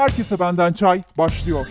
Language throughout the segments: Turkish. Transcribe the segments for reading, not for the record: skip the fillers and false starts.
Herkese Benden Çay başlıyor.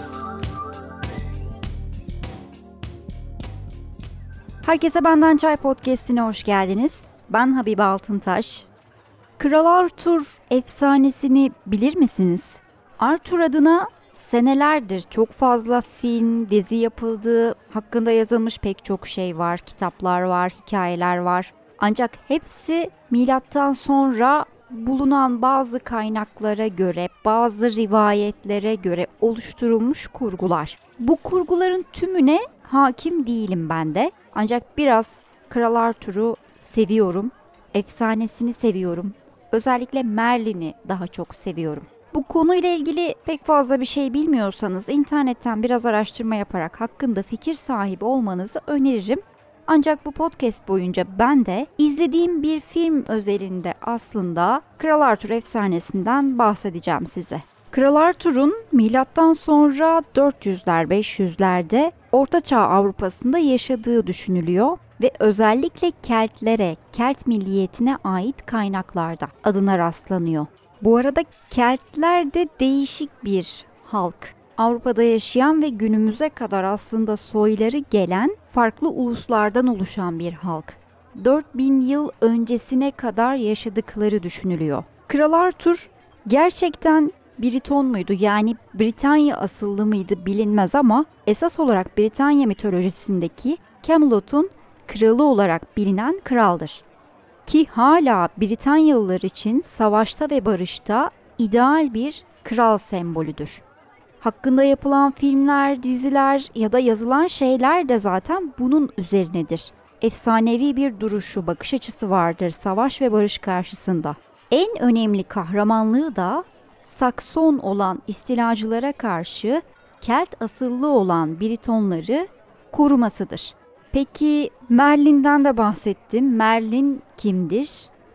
Herkese Benden Çay podcast'ine hoş geldiniz. Ben Habibe Altıntaş. Kral Arthur efsanesini bilir misiniz? Arthur adına senelerdir çok fazla film, dizi yapıldı. Hakkında yazılmış pek çok şey var, kitaplar var, hikayeler var. Ancak hepsi milattan sonra bulunan bazı kaynaklara göre, bazı rivayetlere göre oluşturulmuş kurgular. Bu kurguların tümüne hakim değilim ben de. Ancak biraz Kral Arthur'u seviyorum, efsanesini seviyorum. Özellikle Merlin'i daha çok seviyorum. Bu konuyla ilgili pek fazla bir şey bilmiyorsanız internetten biraz araştırma yaparak hakkında fikir sahibi olmanızı öneririm. Ancak bu podcast boyunca ben de izlediğim bir film özelinde aslında Kral Arthur efsanesinden bahsedeceğim size. Kral Arthur'un milattan sonra 400'ler 500'lerde Ortaçağ Avrupa'sında yaşadığı düşünülüyor ve özellikle Keltlere, Kelt milliyetine ait kaynaklarda adına rastlanıyor. Bu arada Keltler de değişik bir halk. Avrupa'da yaşayan ve günümüze kadar aslında soyları gelen farklı uluslardan oluşan bir halk. 4000 yıl öncesine kadar yaşadıkları düşünülüyor. Kral Arthur gerçekten Briton muydu, yani Britanya asıllı mıydı bilinmez ama esas olarak Britanya mitolojisindeki Camelot'un kralı olarak bilinen kraldır. Ki hala Britanyalılar için savaşta ve barışta ideal bir kral sembolüdür. Hakkında yapılan filmler, diziler ya da yazılan şeyler de zaten bunun üzerinedir. Efsanevi bir duruşu, bakış açısı vardır savaş ve barış karşısında. En önemli kahramanlığı da Sakson olan istilacılara karşı Kelt asıllı olan Britonları korumasıdır. Peki Merlin'den de bahsettim. Merlin kimdir?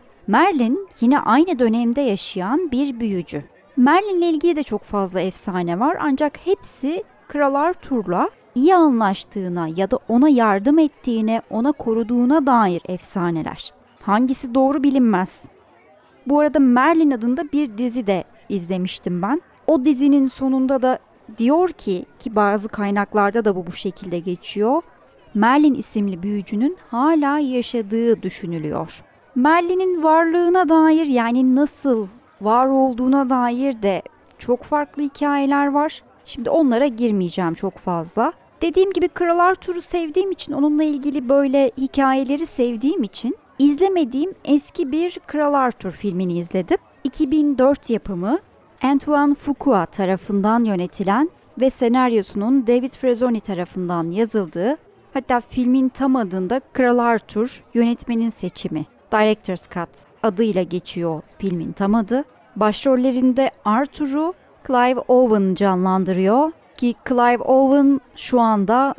Merlin yine aynı dönemde yaşayan bir büyücü. Merlin'le ilgili de çok fazla efsane var ancak hepsi Kral Arthur'la iyi anlaştığına ya da ona yardım ettiğine, ona koruduğuna dair efsaneler. Hangisi doğru bilinmez. Bu arada Merlin adında bir dizi de izlemiştim ben. O dizinin sonunda da diyor ki bazı kaynaklarda da bu şekilde geçiyor. Merlin isimli büyücünün hala yaşadığı düşünülüyor. Merlin'in varlığına dair, yani nasıl var olduğuna dair de çok farklı hikayeler var. Şimdi onlara girmeyeceğim çok fazla. Dediğim gibi Kral Arthur'u sevdiğim için, onunla ilgili böyle hikayeleri sevdiğim için izlemediğim eski bir Kral Arthur filmini izledim. 2004 yapımı, Antoine Fuqua tarafından yönetilen ve senaryosunun David Frezzoni tarafından yazıldığı, hatta filmin tam adında Kral Arthur Yönetmenin Seçimi, Director's Cut adıyla geçiyor filmin tam adı. Başrollerinde Arthur'u Clive Owen canlandırıyor ki Clive Owen şu anda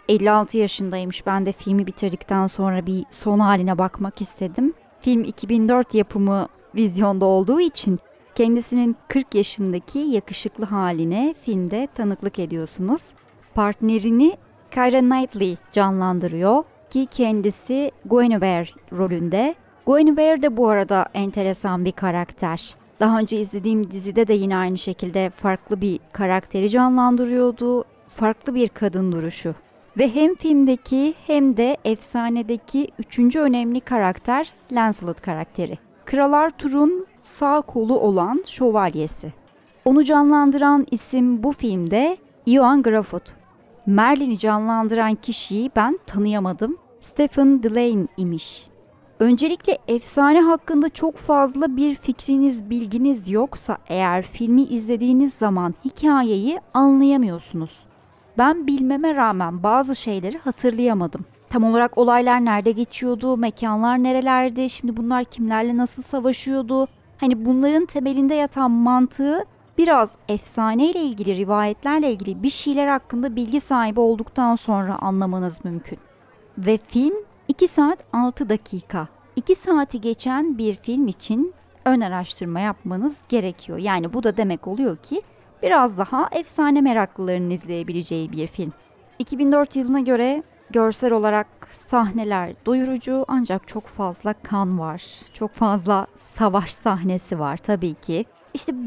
56 yaşındaymış. Ben de filmi bitirdikten sonra bir son haline bakmak istedim. Film 2004 yapımı vizyonda olduğu için kendisinin 40 yaşındaki yakışıklı haline filmde tanıklık ediyorsunuz. Partnerini Keira Knightley canlandırıyor ki kendisi Guinevere rolünde. Guinevere de bu arada enteresan bir karakter. Daha önce izlediğim dizide de yine aynı şekilde farklı bir karakteri canlandırıyordu. Farklı bir kadın duruşu. Ve hem filmdeki hem de efsanedeki 3. önemli karakter Lancelot karakteri. Kral Arthur'un sağ kolu olan şövalyesi. Onu canlandıran isim bu filmde Ioan Gruffudd. Merlin'i canlandıran kişiyi ben tanıyamadım. Stephen Dillane imiş. Öncelikle efsane hakkında çok fazla bir fikriniz, bilginiz yoksa eğer filmi izlediğiniz zaman hikayeyi anlayamıyorsunuz. Ben bilmeme rağmen bazı şeyleri hatırlayamadım. Tam olarak olaylar nerede geçiyordu, mekanlar nerelerdi, şimdi bunlar kimlerle nasıl savaşıyordu? Hani bunların temelinde yatan mantığı biraz efsaneyle ilgili, rivayetlerle ilgili bir şeyler hakkında bilgi sahibi olduktan sonra anlamanız mümkün. Ve film 2 saat 6 dakika. 2 saati geçen bir film için ön araştırma yapmanız gerekiyor. Yani bu da demek oluyor ki biraz daha efsane meraklılarının izleyebileceği bir film. 2004 yılına göre görsel olarak sahneler doyurucu ancak çok fazla kan var. Çok fazla savaş sahnesi var tabii ki. İşte bunu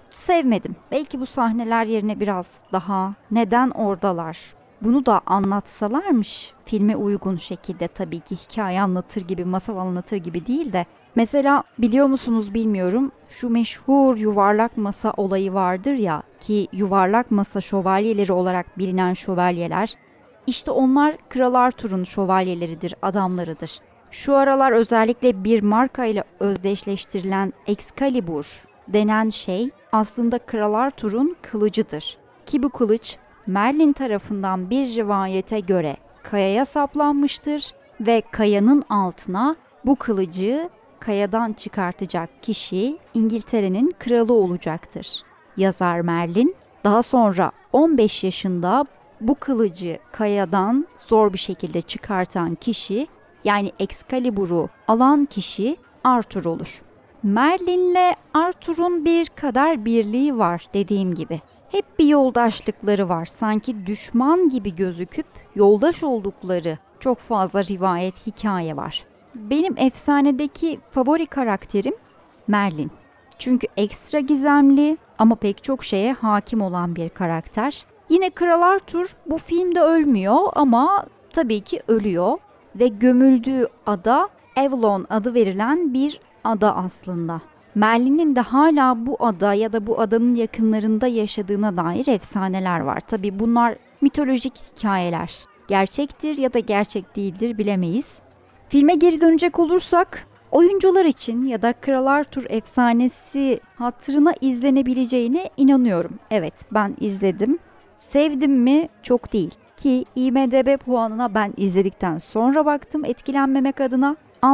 sevmedim. Belki bu sahneler yerine biraz daha neden oradalar? Bunu da anlatsalarmış filme uygun şekilde, tabii ki hikaye anlatır gibi, masal anlatır gibi değil de. Mesela biliyor musunuz bilmiyorum, şu meşhur yuvarlak masa olayı vardır ya, ki yuvarlak masa şövalyeleri olarak bilinen şövalyeler, işte onlar Kral Arthur'un şövalyeleridir, adamlarıdır. Şu aralar özellikle bir marka ile özdeşleştirilen Excalibur denen şey aslında Kral Arthur'un kılıcıdır. Ki bu kılıç Merlin tarafından bir rivayete göre kayaya saplanmıştır ve kayanın altına bu kılıcı kayadan çıkartacak kişi İngiltere'nin kralı olacaktır. Yazar Merlin daha sonra 15 yaşında bu kılıcı kayadan zor bir şekilde çıkartan kişi, yani Excalibur'u alan kişi Arthur olur. Merlin'le Arthur'un bir kader birliği var dediğim gibi. Hep bir yoldaşlıkları var. Sanki düşman gibi gözüküp yoldaş oldukları çok fazla rivayet, hikaye var. Benim efsanedeki favori karakterim Merlin. Çünkü ekstra gizemli ama pek çok şeye hakim olan bir karakter. Yine Kral Arthur bu filmde ölmüyor ama tabii ki ölüyor ve gömüldüğü ada Avalon adı verilen bir ada aslında. Merlin'in de hala bu ada ya da bu adanın yakınlarında yaşadığına dair efsaneler var. Tabii bunlar mitolojik hikayeler. Gerçektir ya da gerçek değildir bilemeyiz. Filme geri dönecek olursak, oyuncular için ya da Kral Arthur efsanesi hatırına izlenebileceğine inanıyorum. Evet, ben izledim. Sevdim mi? Çok değil. Ki IMDb puanına ben izledikten sonra baktım, etkilenmemek adına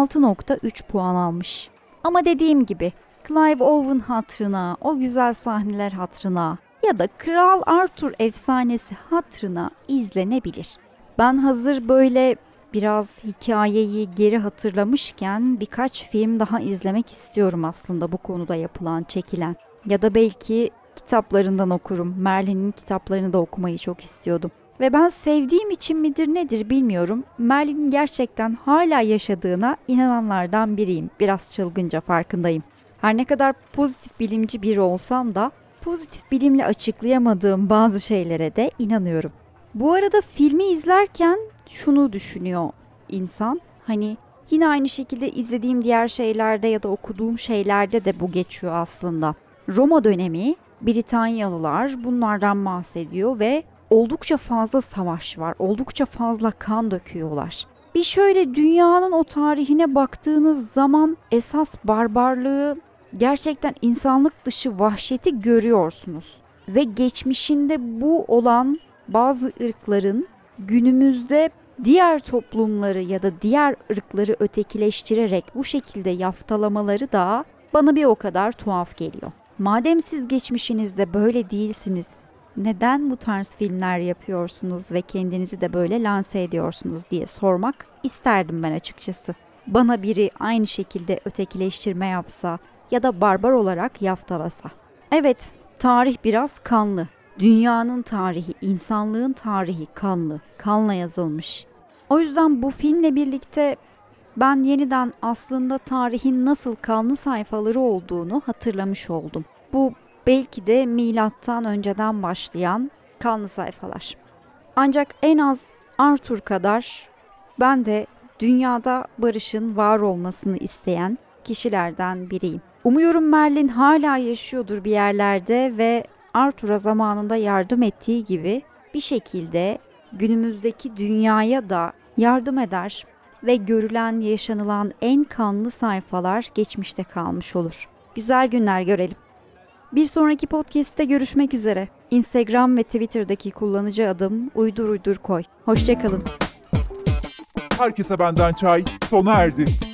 6.3 puan almış. Ama dediğim gibi Clive Owen hatırına, o güzel sahneler hatırına ya da Kral Arthur efsanesi hatırına izlenebilir. Ben hazır böyle biraz hikayeyi geri hatırlamışken birkaç film daha izlemek istiyorum aslında bu konuda yapılan, çekilen. Ya da belki kitaplarından okurum. Merlin'in kitaplarını da okumayı çok istiyordum. Ve ben sevdiğim için midir nedir bilmiyorum. Merlin'in gerçekten hala yaşadığına inananlardan biriyim. Biraz çılgınca, farkındayım. Her ne kadar pozitif bilimci biri olsam da pozitif bilimle açıklayamadığım bazı şeylere de inanıyorum. Bu arada filmi izlerken şunu düşünüyor insan. Hani yine aynı şekilde izlediğim diğer şeylerde ya da okuduğum şeylerde de bu geçiyor aslında. Roma dönemi, Britanyalılar bunlardan bahsediyor ve oldukça fazla savaş var. Oldukça fazla kan döküyorlar. Bir şöyle dünyanın o tarihine baktığınız zaman esas barbarlığı, gerçekten insanlık dışı vahşeti görüyorsunuz. Ve geçmişinde bu olan bazı ırkların günümüzde diğer toplumları ya da diğer ırkları ötekileştirerek bu şekilde yaftalamaları da bana bir o kadar tuhaf geliyor. Madem siz geçmişinizde böyle değilsiniz, neden bu tarz filmler yapıyorsunuz ve kendinizi de böyle lanse ediyorsunuz diye sormak isterdim ben açıkçası. Bana biri aynı şekilde ötekileştirme yapsa ya da barbar olarak yaftalasa. Evet, tarih biraz kanlı. Dünyanın tarihi, insanlığın tarihi kanlı, kanla yazılmış. O yüzden bu filmle birlikte ben yeniden aslında tarihin nasıl kanlı sayfaları olduğunu hatırlamış oldum. Bu belki de milattan önceden başlayan kanlı sayfalar. Ancak en az Arthur kadar ben de dünyada barışın var olmasını isteyen kişilerden biriyim. Umuyorum Merlin hala yaşıyordur bir yerlerde ve Arthur'a zamanında yardım ettiği gibi bir şekilde günümüzdeki dünyaya da yardım eder ve görülen, yaşanılan en kanlı sayfalar geçmişte kalmış olur. Güzel günler görelim. Bir sonraki podcast'te görüşmek üzere. Instagram ve Twitter'daki kullanıcı adım uydurkoy. Hoşça kalın. Herkese benden çay sona erdi.